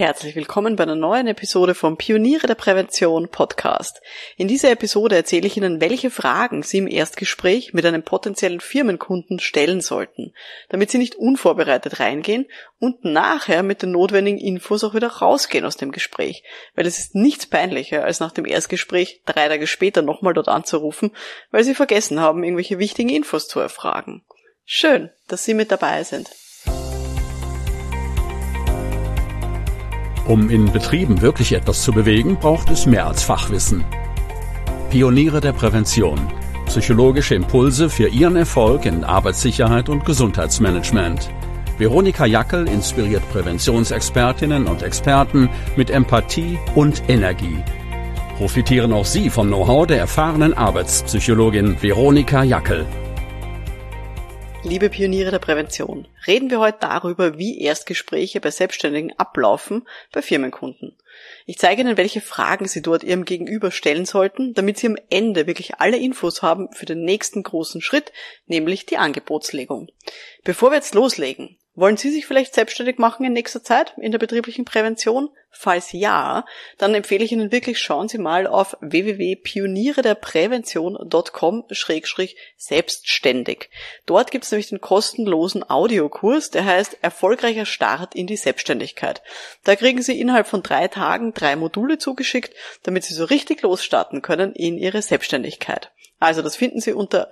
Herzlich willkommen bei einer neuen Episode vom Pioniere der Prävention Podcast. In dieser Episode erzähle ich Ihnen, welche Fragen Sie im Erstgespräch mit einem potenziellen Firmenkunden stellen sollten, damit Sie nicht unvorbereitet reingehen und nachher mit den notwendigen Infos auch wieder rausgehen aus dem Gespräch. Weil es ist nichts peinlicher, als nach dem Erstgespräch 3 Tage später nochmal dort anzurufen, weil Sie vergessen haben, irgendwelche wichtigen Infos zu erfragen. Schön, dass Sie mit dabei sind. Um in Betrieben wirklich etwas zu bewegen, braucht es mehr als Fachwissen. Pioniere der Prävention. Psychologische Impulse für Ihren Erfolg in Arbeitssicherheit und Gesundheitsmanagement. Veronika Jackel inspiriert Präventionsexpertinnen und Experten mit Empathie und Energie. Profitieren auch Sie vom Know-how der erfahrenen Arbeitspsychologin Veronika Jackel. Liebe Pioniere der Prävention, reden wir heute darüber, wie Erstgespräche bei Selbstständigen ablaufen bei Firmenkunden. Ich zeige Ihnen, welche Fragen Sie dort Ihrem Gegenüber stellen sollten, damit Sie am Ende wirklich alle Infos haben für den nächsten großen Schritt, nämlich die Angebotslegung. Bevor wir jetzt loslegen, wollen Sie sich vielleicht selbstständig machen in nächster Zeit in der betrieblichen Prävention? Falls ja, dann empfehle ich Ihnen wirklich, schauen Sie mal auf www.pionierederprävention.com/selbstständig. Dort gibt es nämlich den kostenlosen Audiokurs, der heißt Erfolgreicher Start in die Selbstständigkeit. Da kriegen Sie innerhalb von 3 Tagen 3 Module zugeschickt, damit Sie so richtig losstarten können in Ihre Selbstständigkeit. Also das finden Sie unter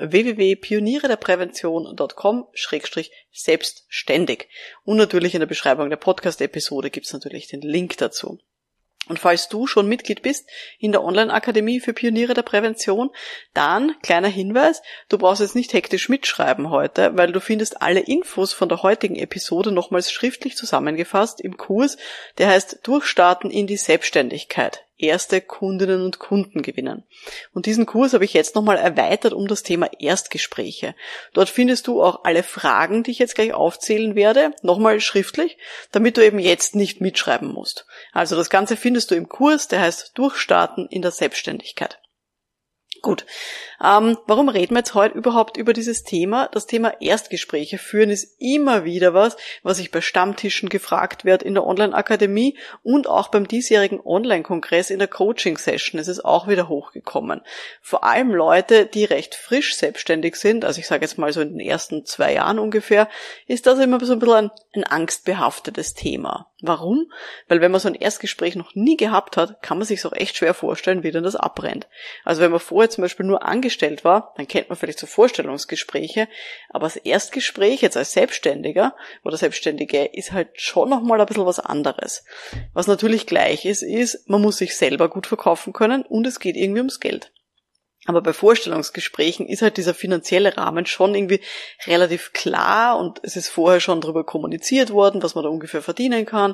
www.pionierederprävention.com/selbstständig. Und natürlich in der Beschreibung der Podcast-Episode gibt es natürlich den Link dazu. Und falls du schon Mitglied bist in der Online-Akademie für Pioniere der Prävention, dann, kleiner Hinweis, du brauchst jetzt nicht hektisch mitschreiben heute, weil du findest alle Infos von der heutigen Episode nochmals schriftlich zusammengefasst im Kurs, der heißt Durchstarten in die Selbstständigkeit. Erste Kundinnen und Kunden gewinnen. Und diesen Kurs habe ich jetzt nochmal erweitert um das Thema Erstgespräche. Dort findest du auch alle Fragen, die ich jetzt gleich aufzählen werde, nochmal schriftlich, damit du eben jetzt nicht mitschreiben musst. Also das Ganze findest du im Kurs, der heißt Durchstarten in der Selbstständigkeit. Gut, warum reden wir jetzt heute überhaupt über dieses Thema? Das Thema Erstgespräche führen ist immer wieder was ich bei Stammtischen gefragt werde in der Online-Akademie und auch beim diesjährigen Online-Kongress in der Coaching-Session ist es auch wieder hochgekommen. Vor allem Leute, die recht frisch selbstständig sind, also ich sage jetzt mal so in den ersten 2 Jahren ungefähr, ist das immer so ein bisschen ein angstbehaftetes Thema. Warum? Weil wenn man so ein Erstgespräch noch nie gehabt hat, kann man sich auch echt schwer vorstellen, wie denn das abbrennt. Also wenn man vorher zum Beispiel nur angestellt war, dann kennt man vielleicht so Vorstellungsgespräche, aber das Erstgespräch jetzt als Selbstständiger oder Selbstständige ist halt schon nochmal ein bisschen was anderes. Was natürlich gleich ist, man muss sich selber gut verkaufen können und es geht irgendwie ums Geld. Aber bei Vorstellungsgesprächen ist halt dieser finanzielle Rahmen schon irgendwie relativ klar und es ist vorher schon darüber kommuniziert worden, was man da ungefähr verdienen kann.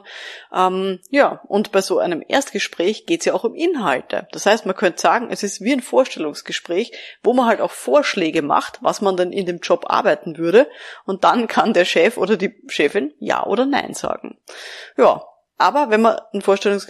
Und bei so einem Erstgespräch geht es ja auch um Inhalte. Das heißt, man könnte sagen, es ist wie ein Vorstellungsgespräch, wo man halt auch Vorschläge macht, was man dann in dem Job arbeiten würde und dann kann der Chef oder die Chefin Ja oder Nein sagen. Ja. Aber wenn man ein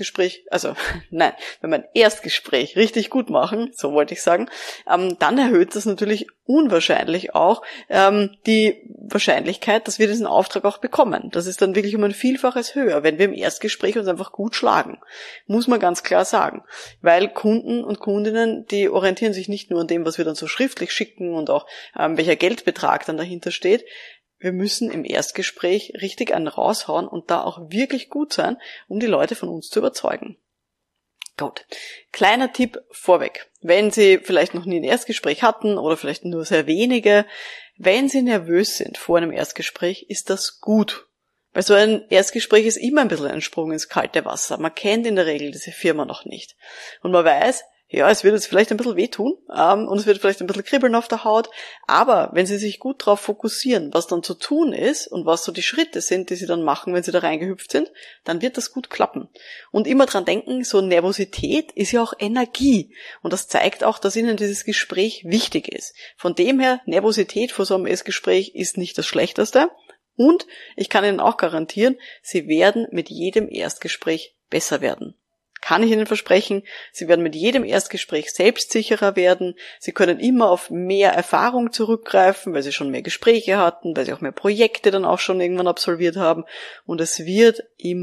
wenn man ein Erstgespräch richtig gut machen, so wollte ich sagen, dann erhöht das natürlich unwahrscheinlich auch die Wahrscheinlichkeit, dass wir diesen Auftrag auch bekommen. Das ist dann wirklich um ein Vielfaches höher, wenn wir im Erstgespräch uns einfach gut schlagen. Muss man ganz klar sagen. Weil Kunden und Kundinnen, die orientieren sich nicht nur an dem, was wir dann so schriftlich schicken und auch welcher Geldbetrag dann dahinter steht. Wir müssen im Erstgespräch richtig einen raushauen und da auch wirklich gut sein, um die Leute von uns zu überzeugen. Gut. Kleiner Tipp vorweg. Wenn Sie vielleicht noch nie ein Erstgespräch hatten oder vielleicht nur sehr wenige, wenn Sie nervös sind vor einem Erstgespräch, ist das gut. Weil so ein Erstgespräch ist immer ein bisschen ein Sprung ins kalte Wasser. Man kennt in der Regel diese Firma noch nicht. Und man weiß, ja, es wird jetzt vielleicht ein bisschen wehtun und es wird vielleicht ein bisschen kribbeln auf der Haut, aber wenn Sie sich gut darauf fokussieren, was dann zu tun ist und was so die Schritte sind, die Sie dann machen, wenn Sie da reingehüpft sind, dann wird das gut klappen. Und immer dran denken, so Nervosität ist ja auch Energie und das zeigt auch, dass Ihnen dieses Gespräch wichtig ist. Von dem her, Nervosität vor so einem Erstgespräch ist nicht das Schlechteste und ich kann Ihnen auch garantieren, Sie werden mit jedem Erstgespräch besser werden. Kann ich Ihnen versprechen, Sie werden mit jedem Erstgespräch selbstsicherer werden, Sie können immer auf mehr Erfahrung zurückgreifen, weil Sie schon mehr Gespräche hatten, weil Sie auch mehr Projekte dann auch schon irgendwann absolviert haben und es wird immer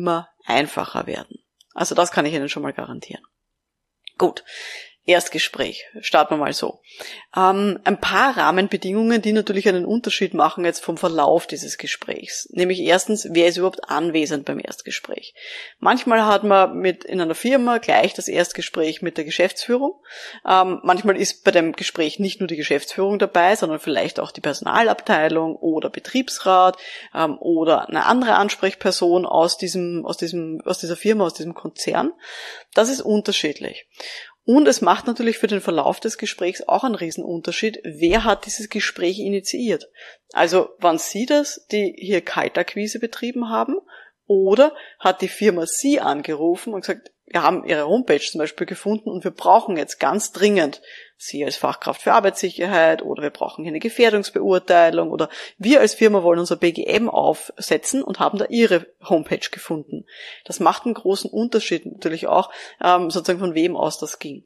einfacher werden. Also das kann ich Ihnen schon mal garantieren. Gut. Erstgespräch. Starten wir mal so. Ein paar Rahmenbedingungen, die natürlich einen Unterschied machen jetzt vom Verlauf dieses Gesprächs. Nämlich erstens, wer ist überhaupt anwesend beim Erstgespräch? Manchmal hat man in einer Firma gleich das Erstgespräch mit der Geschäftsführung. Manchmal ist bei dem Gespräch nicht nur die Geschäftsführung dabei, sondern vielleicht auch die Personalabteilung oder Betriebsrat oder eine andere Ansprechperson aus dieser Firma, aus diesem Konzern. Das ist unterschiedlich. Und es macht natürlich für den Verlauf des Gesprächs auch einen Riesenunterschied, wer hat dieses Gespräch initiiert. Also waren Sie das, die hier Kaltakquise betrieben haben, oder hat die Firma Sie angerufen und gesagt, wir haben Ihre Homepage zum Beispiel gefunden und wir brauchen jetzt ganz dringend Sie als Fachkraft für Arbeitssicherheit oder wir brauchen hier eine Gefährdungsbeurteilung oder wir als Firma wollen unser BGM aufsetzen und haben da Ihre Homepage gefunden. Das macht einen großen Unterschied natürlich auch, sozusagen von wem aus das ging.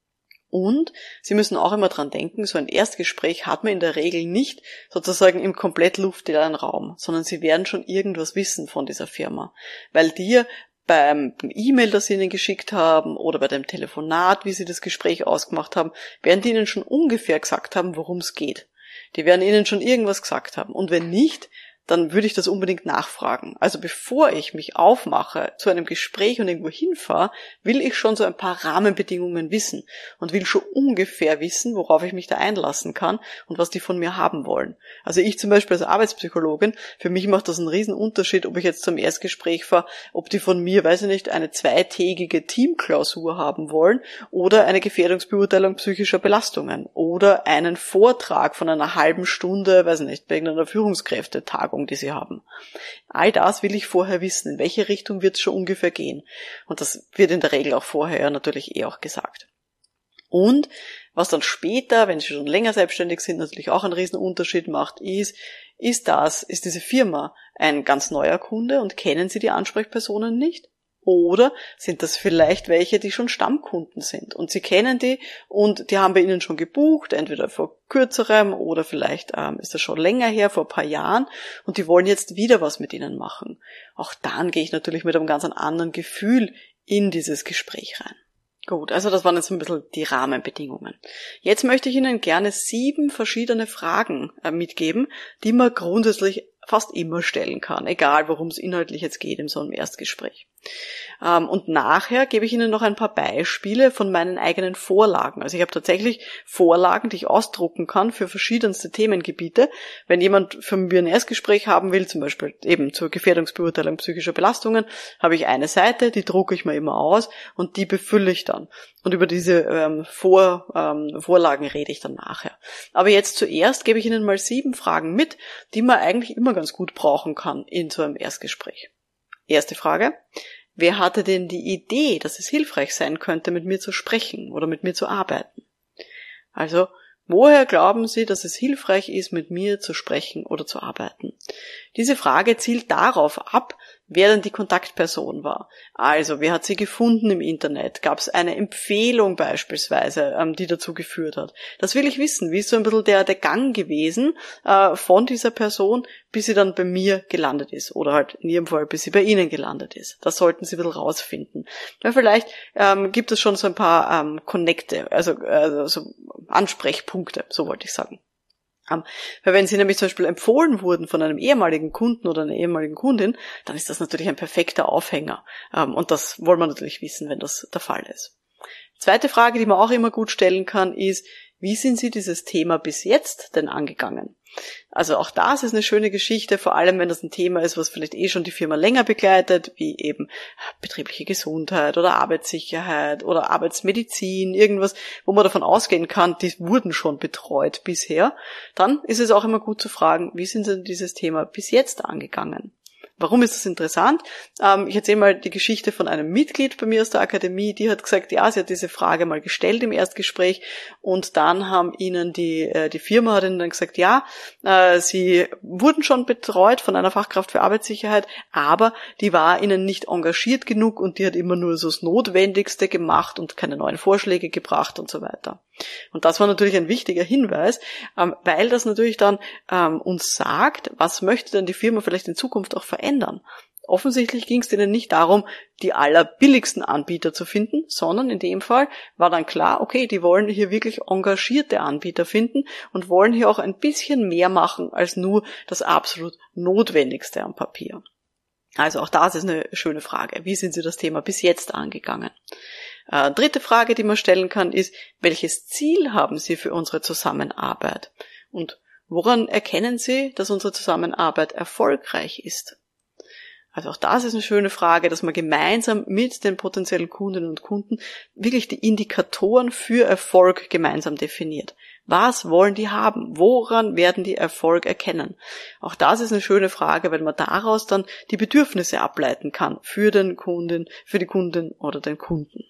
Und Sie müssen auch immer dran denken, so ein Erstgespräch hat man in der Regel nicht sozusagen im komplett luftleeren Raum, sondern Sie werden schon irgendwas wissen von dieser Firma, weil die beim E-Mail, das Sie Ihnen geschickt haben oder bei dem Telefonat, wie Sie das Gespräch ausgemacht haben, werden die Ihnen schon ungefähr gesagt haben, worum es geht. Die werden Ihnen schon irgendwas gesagt haben. Und wenn nicht, dann würde ich das unbedingt nachfragen. Also bevor ich mich aufmache zu einem Gespräch und irgendwo hinfahre, will ich schon so ein paar Rahmenbedingungen wissen und will schon ungefähr wissen, worauf ich mich da einlassen kann und was die von mir haben wollen. Also ich zum Beispiel als Arbeitspsychologin, für mich macht das einen riesen Unterschied, ob ich jetzt zum Erstgespräch fahre, ob die von mir, weiß ich nicht, eine 2-tägige Teamklausur haben wollen oder eine Gefährdungsbeurteilung psychischer Belastungen oder einen Vortrag von einer halben Stunde, weiß ich nicht, bei irgendeiner Führungskräftetagung, die sie haben. All das will ich vorher wissen, in welche Richtung wird es schon ungefähr gehen. Und das wird in der Regel auch vorher natürlich auch gesagt. Und was dann später, wenn Sie schon länger selbstständig sind, natürlich auch einen riesen Unterschied macht, ist diese Firma ein ganz neuer Kunde und kennen Sie die Ansprechpersonen nicht? Oder sind das vielleicht welche, die schon Stammkunden sind und Sie kennen die und die haben bei Ihnen schon gebucht, entweder vor kürzerem oder vielleicht ist das schon länger her, vor ein paar Jahren und die wollen jetzt wieder was mit Ihnen machen. Auch dann gehe ich natürlich mit einem ganz anderen Gefühl in dieses Gespräch rein. Gut, also das waren jetzt ein bisschen die Rahmenbedingungen. Jetzt möchte ich Ihnen gerne 7 verschiedene Fragen mitgeben, die man grundsätzlich fast immer stellen kann, egal worum es inhaltlich jetzt geht in so einem Erstgespräch. Und nachher gebe ich Ihnen noch ein paar Beispiele von meinen eigenen Vorlagen. Also ich habe tatsächlich Vorlagen, die ich ausdrucken kann für verschiedenste Themengebiete. Wenn jemand von mir ein Erstgespräch haben will, zum Beispiel eben zur Gefährdungsbeurteilung psychischer Belastungen, habe ich eine Seite, die drucke ich mir immer aus und die befülle ich dann. Und über diese Vorlagen rede ich dann nachher. Aber jetzt zuerst gebe ich Ihnen mal 7 Fragen mit, die man eigentlich immer ganz gut brauchen kann in so einem Erstgespräch. Erste Frage: Wer hatte denn die Idee, dass es hilfreich sein könnte, mit mir zu sprechen oder mit mir zu arbeiten? Also, woher glauben Sie, dass es hilfreich ist, mit mir zu sprechen oder zu arbeiten? Diese Frage zielt darauf ab, wer denn die Kontaktperson war. Also, wer hat sie gefunden im Internet? Gab es eine Empfehlung beispielsweise, die dazu geführt hat? Das will ich wissen. Wie ist so ein bisschen der Gang gewesen von dieser Person, bis sie dann bei mir gelandet ist? Oder halt in Ihrem Fall, bis sie bei Ihnen gelandet ist. Das sollten Sie ein bisschen rausfinden. Ja, vielleicht gibt es schon so ein paar Connecte, also so Ansprechpunkte, so wollte ich sagen. Weil wenn Sie nämlich zum Beispiel empfohlen wurden von einem ehemaligen Kunden oder einer ehemaligen Kundin, dann ist das natürlich ein perfekter Aufhänger. Und das wollen wir natürlich wissen, wenn das der Fall ist. Zweite Frage, die man auch immer gut stellen kann, ist, wie sind Sie dieses Thema bis jetzt denn angegangen? Also auch das ist eine schöne Geschichte, vor allem wenn das ein Thema ist, was vielleicht schon die Firma länger begleitet, wie eben betriebliche Gesundheit oder Arbeitssicherheit oder Arbeitsmedizin, irgendwas, wo man davon ausgehen kann, die wurden schon betreut bisher. Dann ist es auch immer gut zu fragen, wie sind Sie denn dieses Thema bis jetzt angegangen? Warum ist das interessant? Ich erzähle mal die Geschichte von einem Mitglied bei mir aus der Akademie, die hat gesagt, ja, sie hat diese Frage mal gestellt im Erstgespräch und dann haben ihnen die Firma hat ihnen dann gesagt, ja, sie wurden schon betreut von einer Fachkraft für Arbeitssicherheit, aber die war ihnen nicht engagiert genug und die hat immer nur so das Notwendigste gemacht und keine neuen Vorschläge gebracht und so weiter. Und das war natürlich ein wichtiger Hinweis, weil das natürlich dann uns sagt, was möchte denn die Firma vielleicht in Zukunft auch verändern. Offensichtlich ging es denen nicht darum, die allerbilligsten Anbieter zu finden, sondern in dem Fall war dann klar, okay, die wollen hier wirklich engagierte Anbieter finden und wollen hier auch ein bisschen mehr machen als nur das absolut Notwendigste am Papier. Also auch das ist eine schöne Frage. Wie sind Sie das Thema bis jetzt angegangen? Dritte Frage, die man stellen kann, ist, welches Ziel haben Sie für unsere Zusammenarbeit? Und woran erkennen Sie, dass unsere Zusammenarbeit erfolgreich ist? Also auch das ist eine schöne Frage, dass man gemeinsam mit den potenziellen Kundinnen und Kunden wirklich die Indikatoren für Erfolg gemeinsam definiert. Was wollen die haben? Woran werden die Erfolg erkennen? Auch das ist eine schöne Frage, weil man daraus dann die Bedürfnisse ableiten kann für die Kundin oder den Kunden.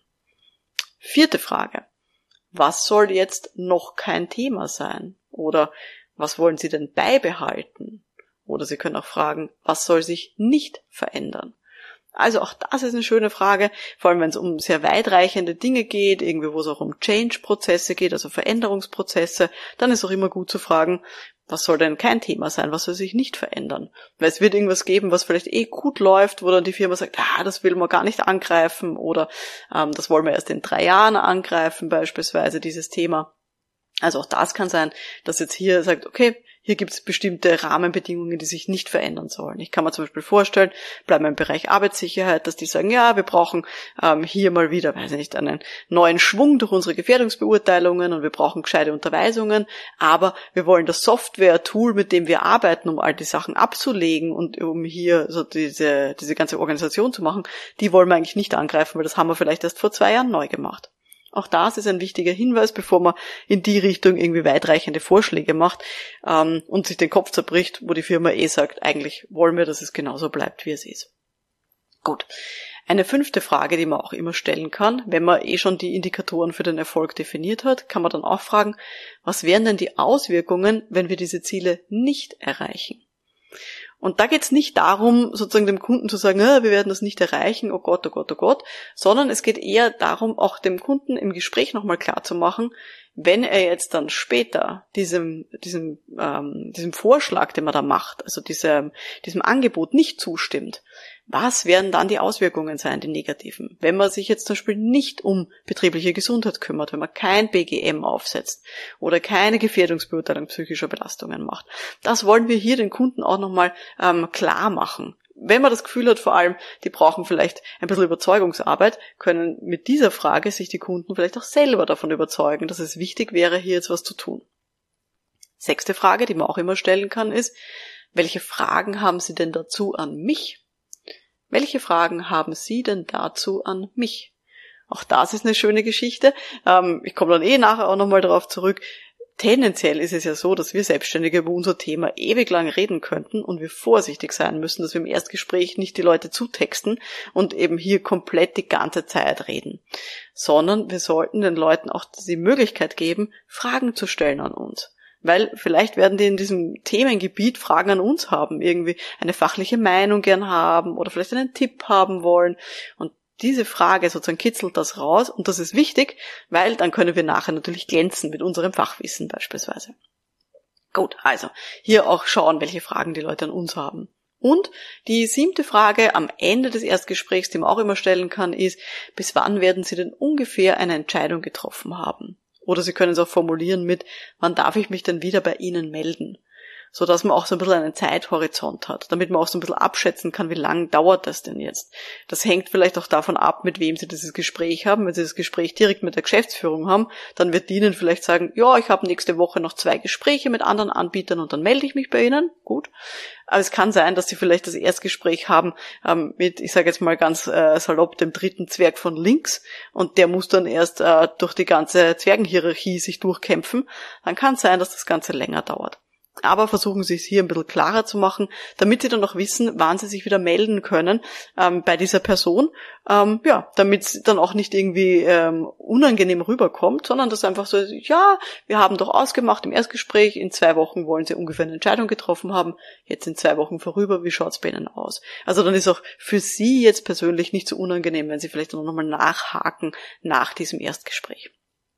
Vierte Frage. Was soll jetzt noch kein Thema sein? Oder was wollen Sie denn beibehalten? Oder Sie können auch fragen, was soll sich nicht verändern? Also auch das ist eine schöne Frage, vor allem wenn es um sehr weitreichende Dinge geht, irgendwie wo es auch um Change-Prozesse geht, also Veränderungsprozesse, dann ist auch immer gut zu fragen, was soll denn kein Thema sein, was soll sich nicht verändern? Weil es wird irgendwas geben, was vielleicht gut läuft, wo dann die Firma sagt, das will man gar nicht angreifen oder das wollen wir erst in 3 Jahren angreifen, beispielsweise dieses Thema. Also auch das kann sein, dass jetzt hier sagt, okay, hier gibt es bestimmte Rahmenbedingungen, die sich nicht verändern sollen. Ich kann mir zum Beispiel vorstellen, bleiben wir im Bereich Arbeitssicherheit, dass die sagen, ja, wir brauchen hier mal wieder, einen neuen Schwung durch unsere Gefährdungsbeurteilungen und wir brauchen gescheite Unterweisungen, aber wir wollen das Software-Tool, mit dem wir arbeiten, um all die Sachen abzulegen und um hier so diese ganze Organisation zu machen, die wollen wir eigentlich nicht angreifen, weil das haben wir vielleicht erst vor 2 Jahren neu gemacht. Auch das ist ein wichtiger Hinweis, bevor man in die Richtung irgendwie weitreichende Vorschläge macht und sich den Kopf zerbricht, wo die Firma sagt, eigentlich wollen wir, dass es genauso bleibt, wie es ist. Gut. Eine 5. Frage, die man auch immer stellen kann, wenn man schon die Indikatoren für den Erfolg definiert hat, kann man dann auch fragen, was wären denn die Auswirkungen, wenn wir diese Ziele nicht erreichen? Und da geht es nicht darum, sozusagen dem Kunden zu sagen, wir werden das nicht erreichen, oh Gott, oh Gott, oh Gott, sondern es geht eher darum, auch dem Kunden im Gespräch nochmal klar zu machen, wenn er jetzt dann später diesem Vorschlag, den man da macht, also diesem Angebot nicht zustimmt, was werden dann die Auswirkungen sein, die negativen? Wenn man sich jetzt zum Beispiel nicht um betriebliche Gesundheit kümmert, wenn man kein BGM aufsetzt oder keine Gefährdungsbeurteilung psychischer Belastungen macht. Das wollen wir hier den Kunden auch nochmal klar machen. Wenn man das Gefühl hat, vor allem, die brauchen vielleicht ein bisschen Überzeugungsarbeit, können mit dieser Frage sich die Kunden vielleicht auch selber davon überzeugen, dass es wichtig wäre, hier jetzt was zu tun. 6. Frage, die man auch immer stellen kann, ist, welche Fragen haben Sie denn dazu an mich? Welche Fragen haben Sie denn dazu an mich? Auch das ist eine schöne Geschichte. Ich komme dann nachher auch nochmal darauf zurück. Tendenziell ist es ja so, dass wir Selbstständige über unser Thema ewig lang reden könnten und wir vorsichtig sein müssen, dass wir im Erstgespräch nicht die Leute zutexten und eben hier komplett die ganze Zeit reden, sondern wir sollten den Leuten auch die Möglichkeit geben, Fragen zu stellen an uns. Weil vielleicht werden die in diesem Themengebiet Fragen an uns haben, irgendwie eine fachliche Meinung gern haben oder vielleicht einen Tipp haben wollen. Und diese Frage sozusagen kitzelt das raus und das ist wichtig, weil dann können wir nachher natürlich glänzen mit unserem Fachwissen beispielsweise. Gut, also hier auch schauen, welche Fragen die Leute an uns haben. Und die 7. Frage am Ende des Erstgesprächs, die man auch immer stellen kann, ist, bis wann werden Sie denn ungefähr eine Entscheidung getroffen haben? Oder Sie können es auch formulieren mit, wann darf ich mich denn wieder bei Ihnen melden? So dass man auch so ein bisschen einen Zeithorizont hat, damit man auch so ein bisschen abschätzen kann, wie lang dauert das denn jetzt. Das hängt vielleicht auch davon ab, mit wem Sie dieses Gespräch haben. Wenn Sie das Gespräch direkt mit der Geschäftsführung haben, dann wird die Ihnen vielleicht sagen, ja, ich habe nächste Woche noch 2 Gespräche mit anderen Anbietern und dann melde ich mich bei Ihnen. Gut. Aber es kann sein, dass Sie vielleicht das Erstgespräch haben mit, ich sage jetzt mal ganz salopp, dem 3. Zwerg von links und der muss dann erst durch die ganze Zwergenhierarchie sich durchkämpfen. Dann kann es sein, dass das Ganze länger dauert. Aber versuchen Sie es hier ein bisschen klarer zu machen, damit Sie dann auch wissen, wann Sie sich wieder melden können bei dieser Person, damit es dann auch nicht irgendwie unangenehm rüberkommt, sondern dass einfach so, ja, wir haben doch ausgemacht im Erstgespräch, in 2 Wochen wollen Sie ungefähr eine Entscheidung getroffen haben, jetzt sind 2 Wochen vorüber, wie schaut's bei Ihnen aus? Also dann ist auch für Sie jetzt persönlich nicht so unangenehm, wenn Sie vielleicht noch mal nachhaken nach diesem Erstgespräch.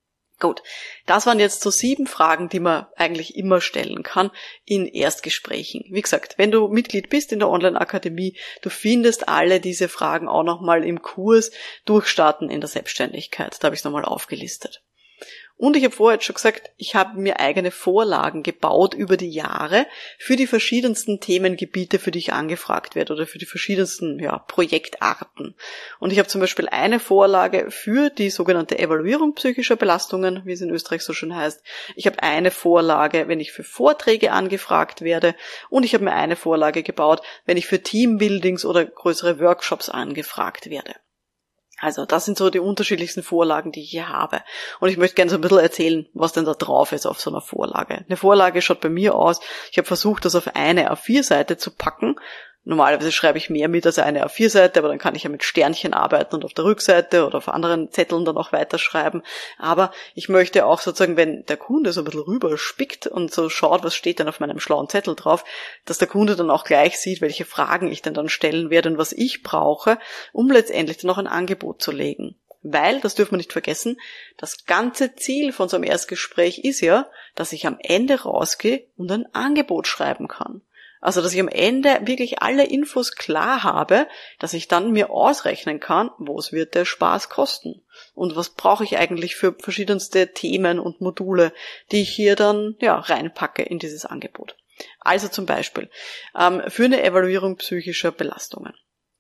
Gut, das waren jetzt so 7 Fragen, die man eigentlich immer stellen kann in Erstgesprächen. Wie gesagt, wenn du Mitglied bist in der Online-Akademie, du findest alle diese Fragen auch nochmal im Kurs Durchstarten in der Selbstständigkeit. Da habe ich es nochmal aufgelistet. Und ich habe vorher schon gesagt, ich habe mir eigene Vorlagen gebaut über die Jahre für die verschiedensten Themengebiete, für die ich angefragt werde oder für die verschiedensten Projektarten. Und ich habe zum Beispiel eine Vorlage für die sogenannte Evaluierung psychischer Belastungen, wie es in Österreich so schön heißt. Ich habe eine Vorlage, wenn ich für Vorträge angefragt werde. Und ich habe mir eine Vorlage gebaut, wenn ich für Teambuildings oder größere Workshops angefragt werde. Also das sind so die unterschiedlichsten Vorlagen, die ich hier habe. Und ich möchte gerne so ein bisschen erzählen, was denn da drauf ist auf so einer Vorlage. Eine Vorlage schaut bei mir aus, ich habe versucht, das auf eine A4-Seite zu packen. Normalerweise schreibe ich mehr mit als eine A4-Seite, aber dann kann ich ja mit Sternchen arbeiten und auf der Rückseite oder auf anderen Zetteln dann auch weiterschreiben. Aber ich möchte auch sozusagen, wenn der Kunde so ein bisschen rüberspickt und so schaut, was steht denn auf meinem schlauen Zettel drauf, dass der Kunde dann auch gleich sieht, welche Fragen ich denn dann stellen werde und was ich brauche, um letztendlich dann auch ein Angebot zu legen. Weil, das dürfen wir nicht vergessen, das ganze Ziel von so einem Erstgespräch ist ja, dass ich am Ende rausgehe und ein Angebot schreiben kann. Also, dass ich am Ende wirklich alle Infos klar habe, dass ich dann mir ausrechnen kann, was wird der Spaß kosten und was brauche ich eigentlich für verschiedenste Themen und Module, die ich hier dann reinpacke in dieses Angebot. Also zum Beispiel für eine Evaluierung psychischer Belastungen.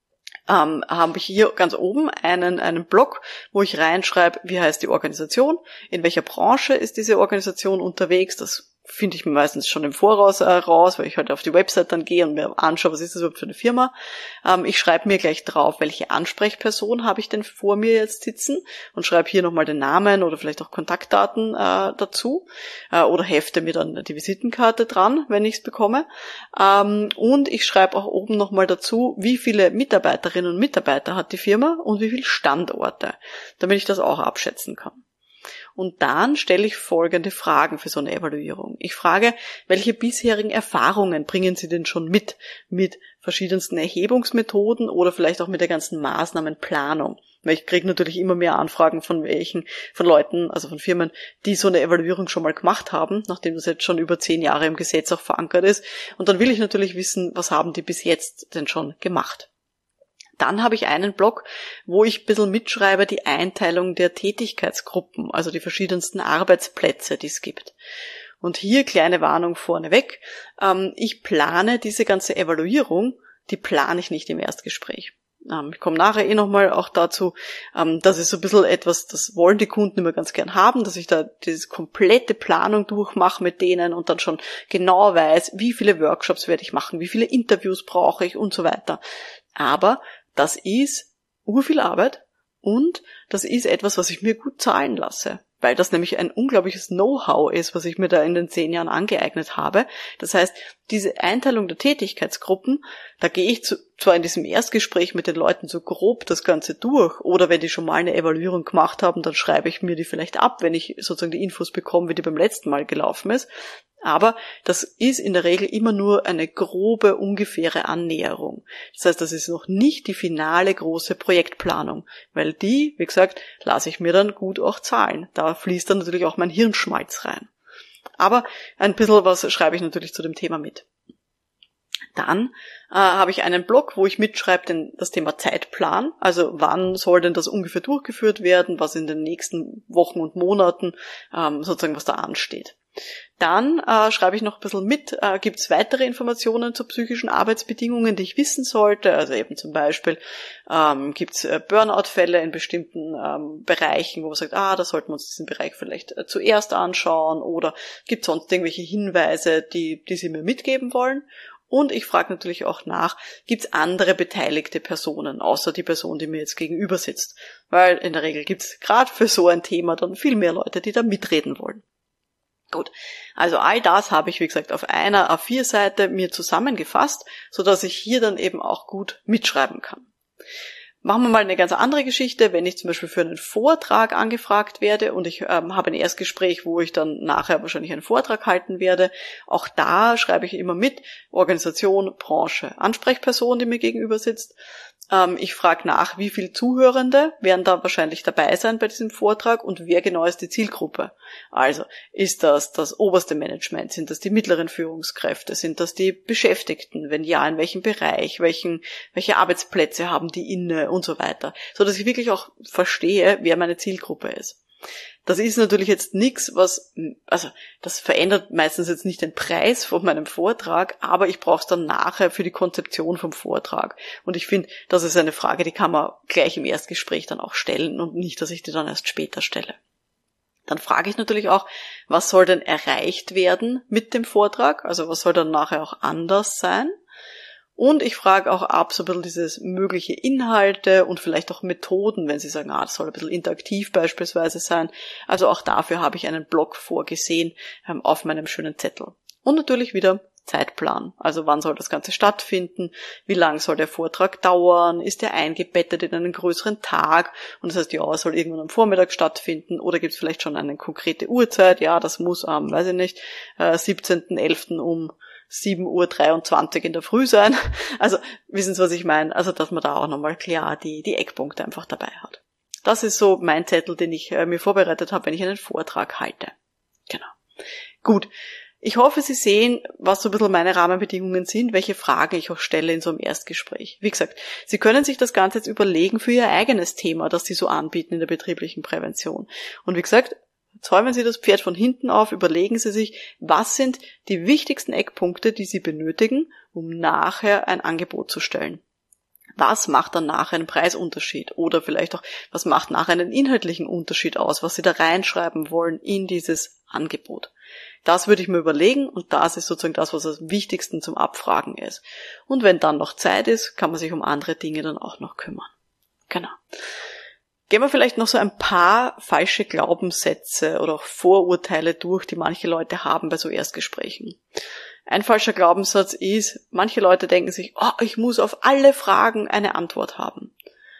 Habe ich hier ganz oben einen Blog, wo ich reinschreibe, wie heißt die Organisation, in welcher Branche ist diese Organisation unterwegs, das finde ich mir meistens schon im Voraus raus, weil ich halt auf die Website dann gehe und mir anschaue, was ist das überhaupt für eine Firma. Ich schreibe mir gleich drauf, welche Ansprechperson habe ich denn vor mir jetzt sitzen und schreibe hier nochmal den Namen oder vielleicht auch Kontaktdaten dazu oder hefte mir dann die Visitenkarte dran, wenn ich es bekomme. Und ich schreibe auch oben nochmal dazu, wie viele Mitarbeiterinnen und Mitarbeiter hat die Firma und wie viele Standorte, damit ich das auch abschätzen kann. Und dann stelle ich folgende Fragen für so eine Evaluierung. Ich frage, welche bisherigen Erfahrungen bringen Sie denn schon mit verschiedensten Erhebungsmethoden oder vielleicht auch mit der ganzen Maßnahmenplanung? Weil ich kriege natürlich immer mehr Anfragen von Leuten, also von Firmen, die so eine Evaluierung schon mal gemacht haben, nachdem das jetzt schon über 10 Jahre im Gesetz auch verankert ist. Und dann will ich natürlich wissen, was haben die bis jetzt denn schon gemacht? Dann habe ich einen Blog, wo ich ein bisschen mitschreibe die Einteilung der Tätigkeitsgruppen, also die verschiedensten Arbeitsplätze, die es gibt. Und hier kleine Warnung vorneweg. Ich plane diese ganze Evaluierung, die plane ich nicht im Erstgespräch. Ich komme nachher nochmal auch dazu, das ist so ein bisschen etwas, das wollen die Kunden immer ganz gern haben, dass ich da diese komplette Planung durchmache mit denen und dann schon genau weiß, wie viele Workshops werde ich machen, wie viele Interviews brauche ich und so weiter. Aber das ist urviel Arbeit und das ist etwas, was ich mir gut zahlen lasse, weil das nämlich ein unglaubliches Know-how ist, was ich mir da in den 10 Jahren angeeignet habe. Das heißt, diese Einteilung der Tätigkeitsgruppen, da gehe ich zwar in diesem Erstgespräch mit den Leuten so grob das Ganze durch oder wenn die schon mal eine Evaluierung gemacht haben, dann schreibe ich mir die vielleicht ab, wenn ich sozusagen die Infos bekomme, wie die beim letzten Mal gelaufen ist. Aber das ist in der Regel immer nur eine grobe, ungefähre Annäherung. Das heißt, das ist noch nicht die finale große Projektplanung, weil die, wie gesagt, lasse ich mir dann gut auch zahlen. Da fließt dann natürlich auch mein Hirnschmalz rein. Aber ein bisschen was schreibe ich natürlich zu dem Thema mit. Dann habe ich einen Blog, wo ich mitschreibe das Thema Zeitplan, also wann soll denn das ungefähr durchgeführt werden, was in den nächsten Wochen und Monaten sozusagen was da ansteht. Dann schreibe ich noch ein bisschen mit, gibt es weitere Informationen zu psychischen Arbeitsbedingungen, die ich wissen sollte, also eben zum Beispiel gibt es Burnout-Fälle in bestimmten Bereichen, wo man sagt, da sollten wir uns diesen Bereich vielleicht zuerst anschauen oder gibt es sonst irgendwelche Hinweise, die Sie mir mitgeben wollen. Und ich frage natürlich auch nach, gibt es andere beteiligte Personen, außer die Person, die mir jetzt gegenüber sitzt. Weil in der Regel gibt es gerade für so ein Thema dann viel mehr Leute, die da mitreden wollen. Gut, also all das habe ich, wie gesagt, auf einer A4-Seite mir zusammengefasst, sodass ich hier dann eben auch gut mitschreiben kann. Machen wir mal eine ganz andere Geschichte, wenn ich zum Beispiel für einen Vortrag angefragt werde und ich habe ein Erstgespräch, wo ich dann nachher wahrscheinlich einen Vortrag halten werde. Auch da schreibe ich immer mit, Organisation, Branche, Ansprechperson, die mir gegenüber sitzt. Ich frage nach, wie viele Zuhörende werden da wahrscheinlich dabei sein bei diesem Vortrag und wer genau ist die Zielgruppe. Also, ist das oberste Management, sind das die mittleren Führungskräfte, sind das die Beschäftigten, wenn ja, in welchem Bereich, welche Arbeitsplätze haben die inne und so weiter, so dass ich wirklich auch verstehe, wer meine Zielgruppe ist. Das ist natürlich jetzt nichts, das verändert meistens jetzt nicht den Preis von meinem Vortrag, aber ich brauche es dann nachher für die Konzeption vom Vortrag. Und ich finde, das ist eine Frage, die kann man gleich im Erstgespräch dann auch stellen und nicht, dass ich die dann erst später stelle. Dann frage ich natürlich auch, was soll denn erreicht werden mit dem Vortrag? Also was soll dann nachher auch anders sein? Und ich frage auch ab, so ein bisschen dieses mögliche Inhalte und vielleicht auch Methoden, wenn Sie sagen, das soll ein bisschen interaktiv beispielsweise sein. Also auch dafür habe ich einen Blog vorgesehen auf meinem schönen Zettel. Und natürlich wieder Zeitplan. Also wann soll das Ganze stattfinden? Wie lang soll der Vortrag dauern? Ist der eingebettet in einen größeren Tag? Und das heißt, ja, soll irgendwann am Vormittag stattfinden oder gibt es vielleicht schon eine konkrete Uhrzeit? Ja, das muss am, 17.11. um 7:23 Uhr in der Früh sein. Also, wissen Sie, was ich meine? Also, dass man da auch nochmal klar die Eckpunkte einfach dabei hat. Das ist so mein Zettel, den ich mir vorbereitet habe, wenn ich einen Vortrag halte. Genau. Gut. Ich hoffe, Sie sehen, was so ein bisschen meine Rahmenbedingungen sind, welche Fragen ich auch stelle in so einem Erstgespräch. Wie gesagt, Sie können sich das Ganze jetzt überlegen für Ihr eigenes Thema, das Sie so anbieten in der betrieblichen Prävention. Und wie gesagt, zäumen Sie das Pferd von hinten auf, überlegen Sie sich, was sind die wichtigsten Eckpunkte, die Sie benötigen, um nachher ein Angebot zu stellen. Was macht dann nachher einen Preisunterschied? Oder vielleicht auch, was macht nachher einen inhaltlichen Unterschied aus, was Sie da reinschreiben wollen in dieses Angebot? Das würde ich mir überlegen und das ist sozusagen das, was am wichtigsten zum Abfragen ist. Und wenn dann noch Zeit ist, kann man sich um andere Dinge dann auch noch kümmern. Genau. Gehen wir vielleicht noch so ein paar falsche Glaubenssätze oder auch Vorurteile durch, die manche Leute haben bei so Erstgesprächen. Ein falscher Glaubenssatz ist, manche Leute denken sich, ich muss auf alle Fragen eine Antwort haben.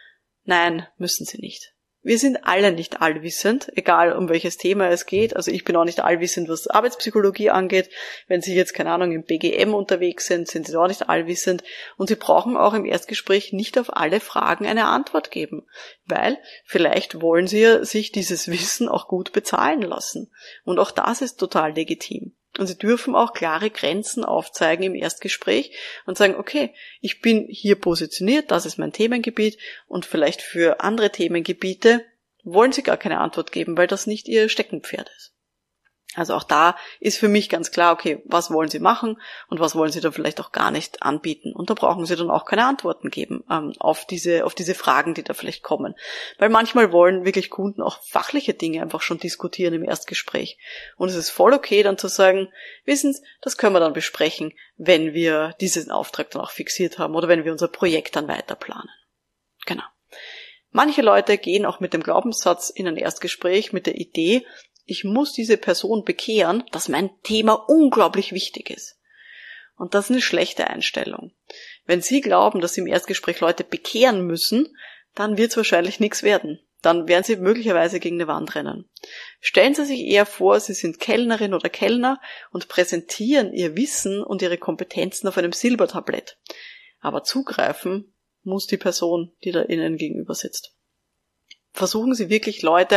Nein, müssen sie nicht. Wir sind alle nicht allwissend, egal um welches Thema es geht. Also ich bin auch nicht allwissend, was Arbeitspsychologie angeht. Wenn Sie jetzt, keine Ahnung, im BGM unterwegs sind, sind Sie auch nicht allwissend. Und Sie brauchen auch im Erstgespräch nicht auf alle Fragen eine Antwort geben. Weil vielleicht wollen Sie ja sich dieses Wissen auch gut bezahlen lassen. Und auch das ist total legitim. Und Sie dürfen auch klare Grenzen aufzeigen im Erstgespräch und sagen, okay, ich bin hier positioniert, das ist mein Themengebiet und vielleicht für andere Themengebiete wollen Sie gar keine Antwort geben, weil das nicht Ihr Steckenpferd ist. Also auch da ist für mich ganz klar, okay, was wollen Sie machen und was wollen Sie dann vielleicht auch gar nicht anbieten. Und da brauchen Sie dann auch keine Antworten geben auf diese Fragen, die da vielleicht kommen. Weil manchmal wollen wirklich Kunden auch fachliche Dinge einfach schon diskutieren im Erstgespräch. Und es ist voll okay, dann zu sagen, wissen Sie, das können wir dann besprechen, wenn wir diesen Auftrag dann auch fixiert haben oder wenn wir unser Projekt dann weiter planen. Genau. Manche Leute gehen auch mit dem Glaubenssatz in ein Erstgespräch mit der Idee, ich muss diese Person bekehren, dass mein Thema unglaublich wichtig ist. Und das ist eine schlechte Einstellung. Wenn Sie glauben, dass Sie im Erstgespräch Leute bekehren müssen, dann wird es wahrscheinlich nichts werden. Dann werden Sie möglicherweise gegen eine Wand rennen. Stellen Sie sich eher vor, Sie sind Kellnerin oder Kellner und präsentieren Ihr Wissen und Ihre Kompetenzen auf einem Silbertablett. Aber zugreifen muss die Person, die da Ihnen gegenüber sitzt. Versuchen Sie wirklich Leute,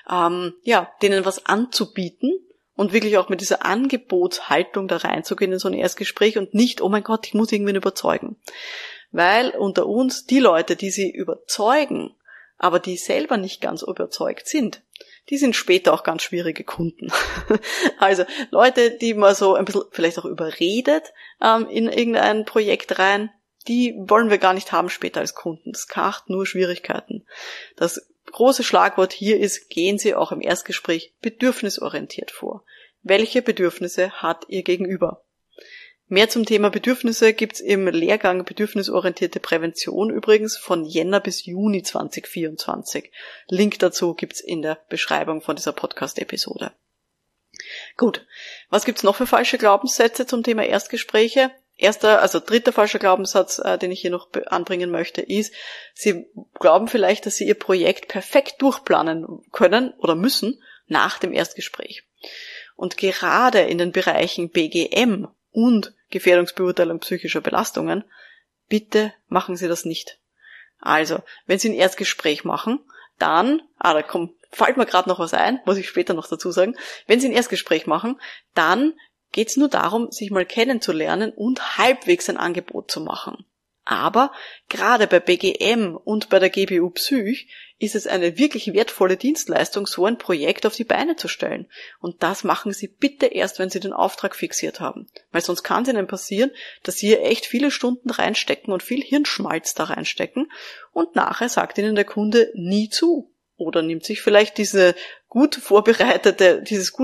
denen was anzubieten und wirklich auch mit dieser Angebotshaltung da reinzugehen in so ein Erstgespräch und nicht, oh mein Gott, ich muss irgendwen überzeugen. Weil unter uns die Leute, die Sie überzeugen, aber die selber nicht ganz überzeugt sind, die sind später auch ganz schwierige Kunden. Also Leute, die man so ein bisschen vielleicht auch überredet in irgendein Projekt rein, die wollen wir gar nicht haben später als Kunden. Das macht nur Schwierigkeiten. Das große Schlagwort hier ist, gehen Sie auch im Erstgespräch bedürfnisorientiert vor. Welche Bedürfnisse hat Ihr Gegenüber? Mehr zum Thema Bedürfnisse gibt's im Lehrgang Bedürfnisorientierte Prävention übrigens von Jänner bis Juni 2024. Link dazu gibt's in der Beschreibung von dieser Podcast-Episode. Gut, was gibt's noch für falsche Glaubenssätze zum Thema Erstgespräche? Dritter falscher Glaubenssatz, den ich hier noch anbringen möchte, ist, Sie glauben vielleicht, dass Sie Ihr Projekt perfekt durchplanen können oder müssen nach dem Erstgespräch. Und gerade in den Bereichen BGM und Gefährdungsbeurteilung psychischer Belastungen, bitte machen Sie das nicht. Also, wenn Sie ein Erstgespräch machen, dann, fällt mir gerade noch was ein, muss ich später noch dazu sagen, wenn Sie ein Erstgespräch machen, dann geht's nur darum, sich mal kennenzulernen und halbwegs ein Angebot zu machen. Aber gerade bei BGM und bei der GBU Psych ist es eine wirklich wertvolle Dienstleistung, so ein Projekt auf die Beine zu stellen. Und das machen Sie bitte erst, wenn Sie den Auftrag fixiert haben. Weil sonst kann es Ihnen passieren, dass Sie hier echt viele Stunden reinstecken und viel Hirnschmalz da reinstecken und nachher sagt Ihnen der Kunde nie zu. Oder nimmt sich vielleicht dieses gut vorbereitete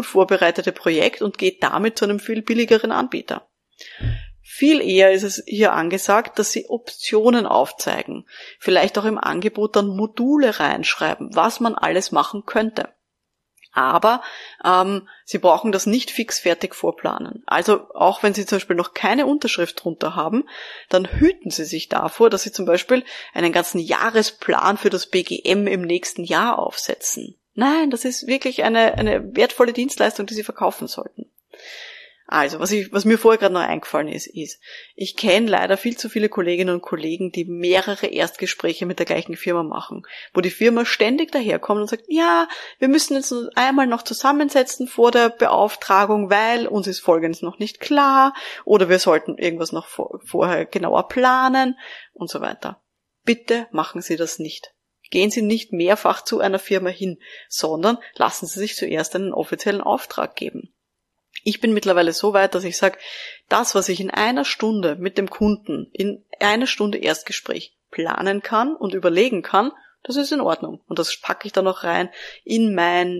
Projekt und geht damit zu einem viel billigeren Anbieter. Viel eher ist es hier angesagt, dass Sie Optionen aufzeigen, vielleicht auch im Angebot dann Module reinschreiben, was man alles machen könnte. Aber Sie brauchen das nicht fix fertig vorplanen. Also auch wenn Sie zum Beispiel noch keine Unterschrift drunter haben, dann hüten Sie sich davor, dass Sie zum Beispiel einen ganzen Jahresplan für das BGM im nächsten Jahr aufsetzen. Nein, das ist wirklich eine wertvolle Dienstleistung, die Sie verkaufen sollten. Also, was mir vorher gerade noch eingefallen ist, ich kenne leider viel zu viele Kolleginnen und Kollegen, die mehrere Erstgespräche mit der gleichen Firma machen, wo die Firma ständig daherkommt und sagt, ja, wir müssen jetzt einmal noch zusammensetzen vor der Beauftragung, weil uns ist Folgendes noch nicht klar oder wir sollten irgendwas noch vorher genauer planen und so weiter. Bitte machen Sie das nicht. Gehen Sie nicht mehrfach zu einer Firma hin, sondern lassen Sie sich zuerst einen offiziellen Auftrag geben. Ich bin mittlerweile so weit, dass ich sage, das, was ich in einer Stunde mit dem Kunden, in einer Stunde Erstgespräch planen kann und überlegen kann, das ist in Ordnung. Und das packe ich dann noch rein in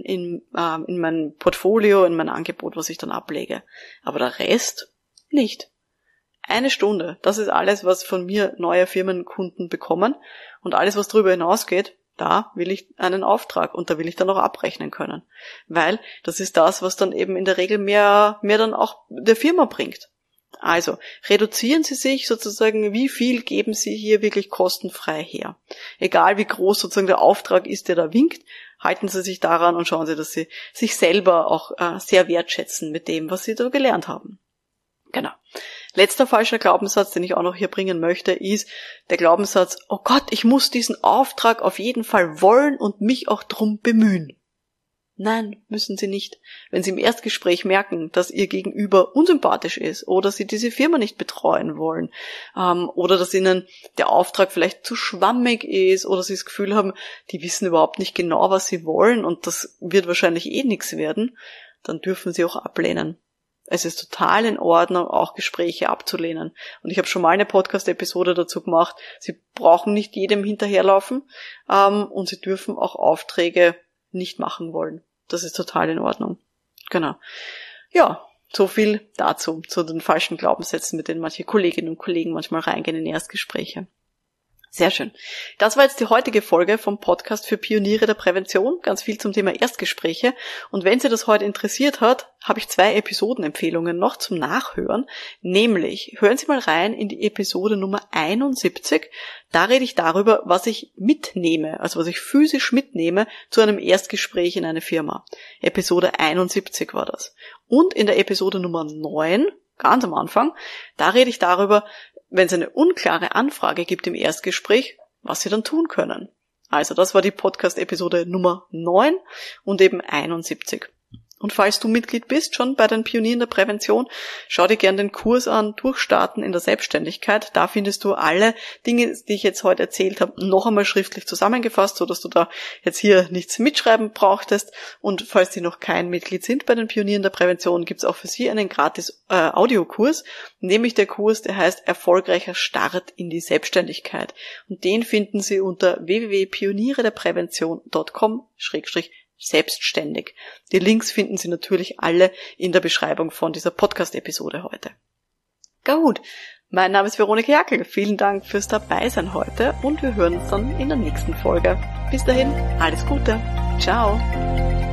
mein Portfolio, in mein Angebot, was ich dann ablege. Aber der Rest nicht. Eine Stunde, das ist alles, was von mir neue Firmenkunden bekommen. Und alles, was darüber hinausgeht, da will ich einen Auftrag und da will ich dann auch abrechnen können. Weil das ist das, was dann eben in der Regel mehr dann auch der Firma bringt. Also reduzieren Sie sich sozusagen, wie viel geben Sie hier wirklich kostenfrei her. Egal wie groß sozusagen der Auftrag ist, der da winkt, halten Sie sich daran und schauen Sie, dass Sie sich selber auch sehr wertschätzen mit dem, was Sie da gelernt haben. Genau. Letzter falscher Glaubenssatz, den ich auch noch hier bringen möchte, ist der Glaubenssatz, oh Gott, ich muss diesen Auftrag auf jeden Fall wollen und mich auch drum bemühen. Nein, müssen Sie nicht. Wenn Sie im Erstgespräch merken, dass Ihr Gegenüber unsympathisch ist oder Sie diese Firma nicht betreuen wollen oder dass Ihnen der Auftrag vielleicht zu schwammig ist oder Sie das Gefühl haben, die wissen überhaupt nicht genau, was sie wollen und das wird wahrscheinlich nichts werden, dann dürfen Sie auch ablehnen. Es ist total in Ordnung, auch Gespräche abzulehnen. Und ich habe schon mal eine Podcast-Episode dazu gemacht. Sie brauchen nicht jedem hinterherlaufen und Sie dürfen auch Aufträge nicht machen wollen. Das ist total in Ordnung. Genau. Ja, so viel dazu, zu den falschen Glaubenssätzen, mit denen manche Kolleginnen und Kollegen manchmal reingehen in Erstgespräche. Sehr schön. Das war jetzt die heutige Folge vom Podcast für Pioniere der Prävention. Ganz viel zum Thema Erstgespräche. Und wenn Sie das heute interessiert hat, habe ich 2 Episodenempfehlungen noch zum Nachhören. Nämlich, hören Sie mal rein in die Episode Nummer 71. Da rede ich darüber, was ich mitnehme, also was ich physisch mitnehme zu einem Erstgespräch in eine Firma. Episode 71 war das. Und in der Episode Nummer 9, ganz am Anfang, da rede ich darüber, wenn es eine unklare Anfrage gibt im Erstgespräch, was Sie dann tun können. Also das war die Podcast-Episode Nummer 9 und eben 71. Und falls du Mitglied bist, schon bei den Pionieren der Prävention, schau dir gern den Kurs an, Durchstarten in der Selbstständigkeit. Da findest du alle Dinge, die ich jetzt heute erzählt habe, noch einmal schriftlich zusammengefasst, sodass du da jetzt hier nichts mitschreiben brauchtest. Und falls Sie noch kein Mitglied sind bei den Pionieren der Prävention, gibt's auch für Sie einen gratis Audiokurs, nämlich der Kurs, der heißt Erfolgreicher Start in die Selbstständigkeit. Und den finden Sie unter www.pionierederprävention.com/selbstständig. Die Links finden Sie natürlich alle in der Beschreibung von dieser Podcast-Episode heute. Gut, mein Name ist Veronika Jackel. Vielen Dank fürs Dabeisein heute und wir hören uns dann in der nächsten Folge. Bis dahin, alles Gute. Ciao.